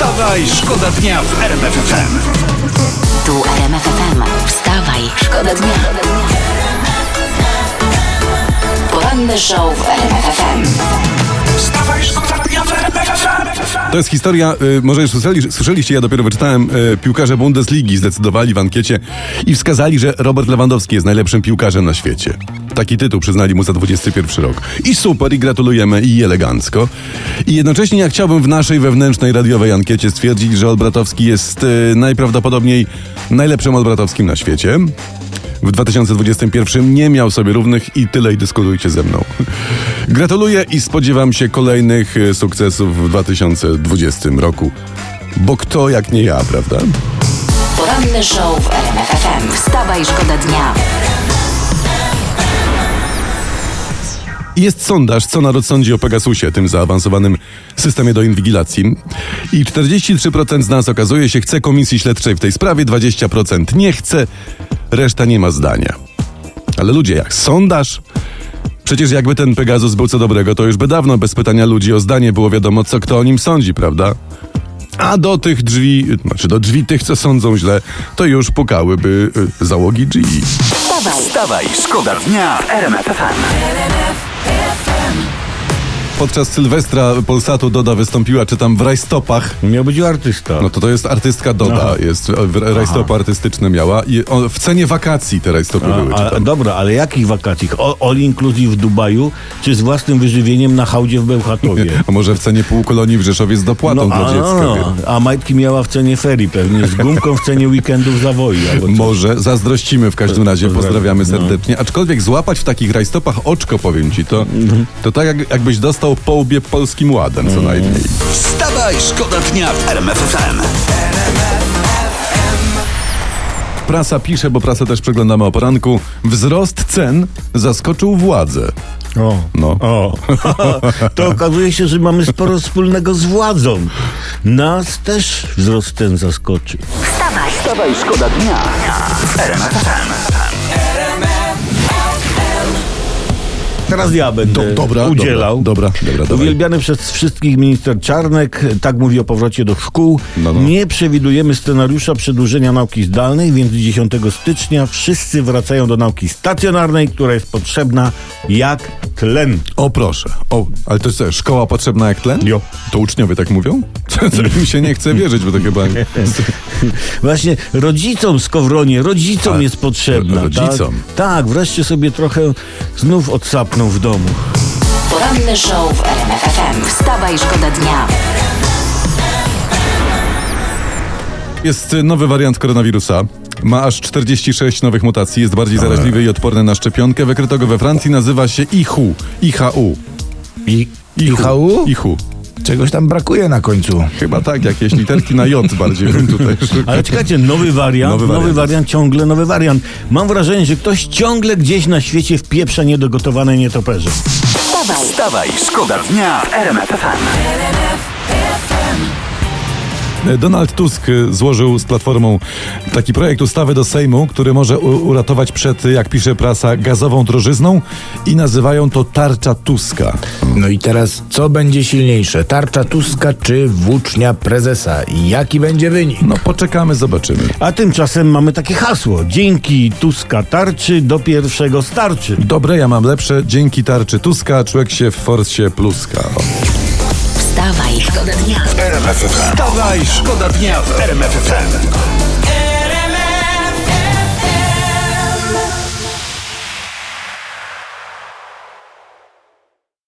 Wstawaj, szkoda dnia w RMF FM. Tu RMF FM. Wstawaj, szkoda dnia. Poranny show w RMF FM. Wstawaj, szkoda dnia w RMF FM. To jest historia, może już słyszeliście, ja dopiero wyczytałem, piłkarze Bundesligi zdecydowali w ankiecie i wskazali, że Robert Lewandowski jest najlepszym piłkarzem na świecie. Taki tytuł przyznali mu za 21 rok. I super, i gratulujemy, i elegancko. I jednocześnie ja chciałbym w naszej wewnętrznej radiowej ankiecie stwierdzić, że Olbratowski jest najprawdopodobniej najlepszym Olbratowskim na świecie. W 2021 nie miał sobie równych i tyle, i dyskutujcie ze mną. Gratuluję i spodziewam się kolejnych sukcesów w 2020 roku. Bo kto jak nie ja, prawda? Poranny show w RMF FM. Wstawaj, szkoda dnia. Jest sondaż, co naród sądzi o Pegasusie, tym zaawansowanym systemie do inwigilacji. I 43% z nas, okazuje się, chce komisji śledczej w tej sprawie, 20% nie chce, reszta nie ma zdania. Ale ludzie, jak sondaż? Przecież jakby ten Pegasus był co dobrego, to już by dawno bez pytania ludzi o zdanie było wiadomo, co kto o nim sądzi, prawda? A do tych drzwi, do drzwi tych, co sądzą źle, to już pukałyby załogi G. Wstawaj, szkoda dnia w RMF FM. Podczas Sylwestra Polsatu Doda wystąpiła, czytam, w rajstopach. Miał być artysta. No to jest artystka Doda, jest rajstopy artystyczne miała i w cenie wakacji te rajstopy były. Dobra, ale jakich wakacji? All inclusive w Dubaju, czy z własnym wyżywieniem na hałdzie w Bełchatowie? A może w cenie półkolonii w Rzeszowie z dopłatą dla dziecka. A majtki miała w cenie ferii pewnie, z gumką w cenie weekendu w Zawoi. Może, zazdrościmy w każdym razie, pozdrawiamy serdecznie. Aczkolwiek złapać w takich rajstopach oczko, powiem ci, to tak jakbyś dostał po łbie Polskim Ładem co najmniej. Wstawaj, szkoda dnia w RMF FM. Prasa pisze, bo prasę też przeglądamy o poranku. Wzrost cen zaskoczył władzę. To okazuje się, że mamy sporo wspólnego z władzą. Nas też wzrost cen zaskoczy. Wstawaj, szkoda dnia w RMF FM. Teraz ja będę udzielał. Dobra. Uwielbiany przez wszystkich minister Czarnek tak mówi o powrocie do szkół. Nie przewidujemy scenariusza przedłużenia nauki zdalnej, więc 10 stycznia wszyscy wracają do nauki stacjonarnej, która jest potrzebna jak tlen. O proszę. Ale to jest co, szkoła potrzebna jak tlen? Jo. To uczniowie tak mówią? Co mi się nie chce wierzyć, bo to chyba... Właśnie rodzicom, Skowronie, jest potrzebna. Rodzicom? Tak, wreszcie sobie trochę znów odsapną w domu. Poranny show w RMF FM. Wstawaj, szkoda dnia. Jest nowy wariant koronawirusa. Ma aż 46 nowych mutacji, jest bardziej zaraźliwy i odporny na szczepionkę. Wykryto go we Francji, nazywa się IHU. IHU. Czegoś tam brakuje na końcu. Chyba tak, jakieś literki na J bardziej bym tutaj szukał. Ale czekajcie, nowy wariant, ciągle nowy wariant. Mam wrażenie, że ktoś ciągle gdzieś na świecie wpieprza niedogotowane nietoperze. Wstawaj, szkoda dnia w RMF FM. Donald Tusk złożył z Platformą taki projekt ustawy do Sejmu, który może uratować przed, jak pisze prasa, gazową drożyzną i nazywają to tarcza Tuska. No i teraz co będzie silniejsze? Tarcza Tuska czy włócznia prezesa? I jaki będzie wynik? No poczekamy, zobaczymy. A tymczasem mamy takie hasło. Dzięki Tuska tarczy do pierwszego starczy. Dobre, ja mam lepsze. Dzięki tarczy Tuska człowiek się w forsie pluska. Wstawaj, szkoda dnia. Wstawaj, szkoda dnia w RMF FM.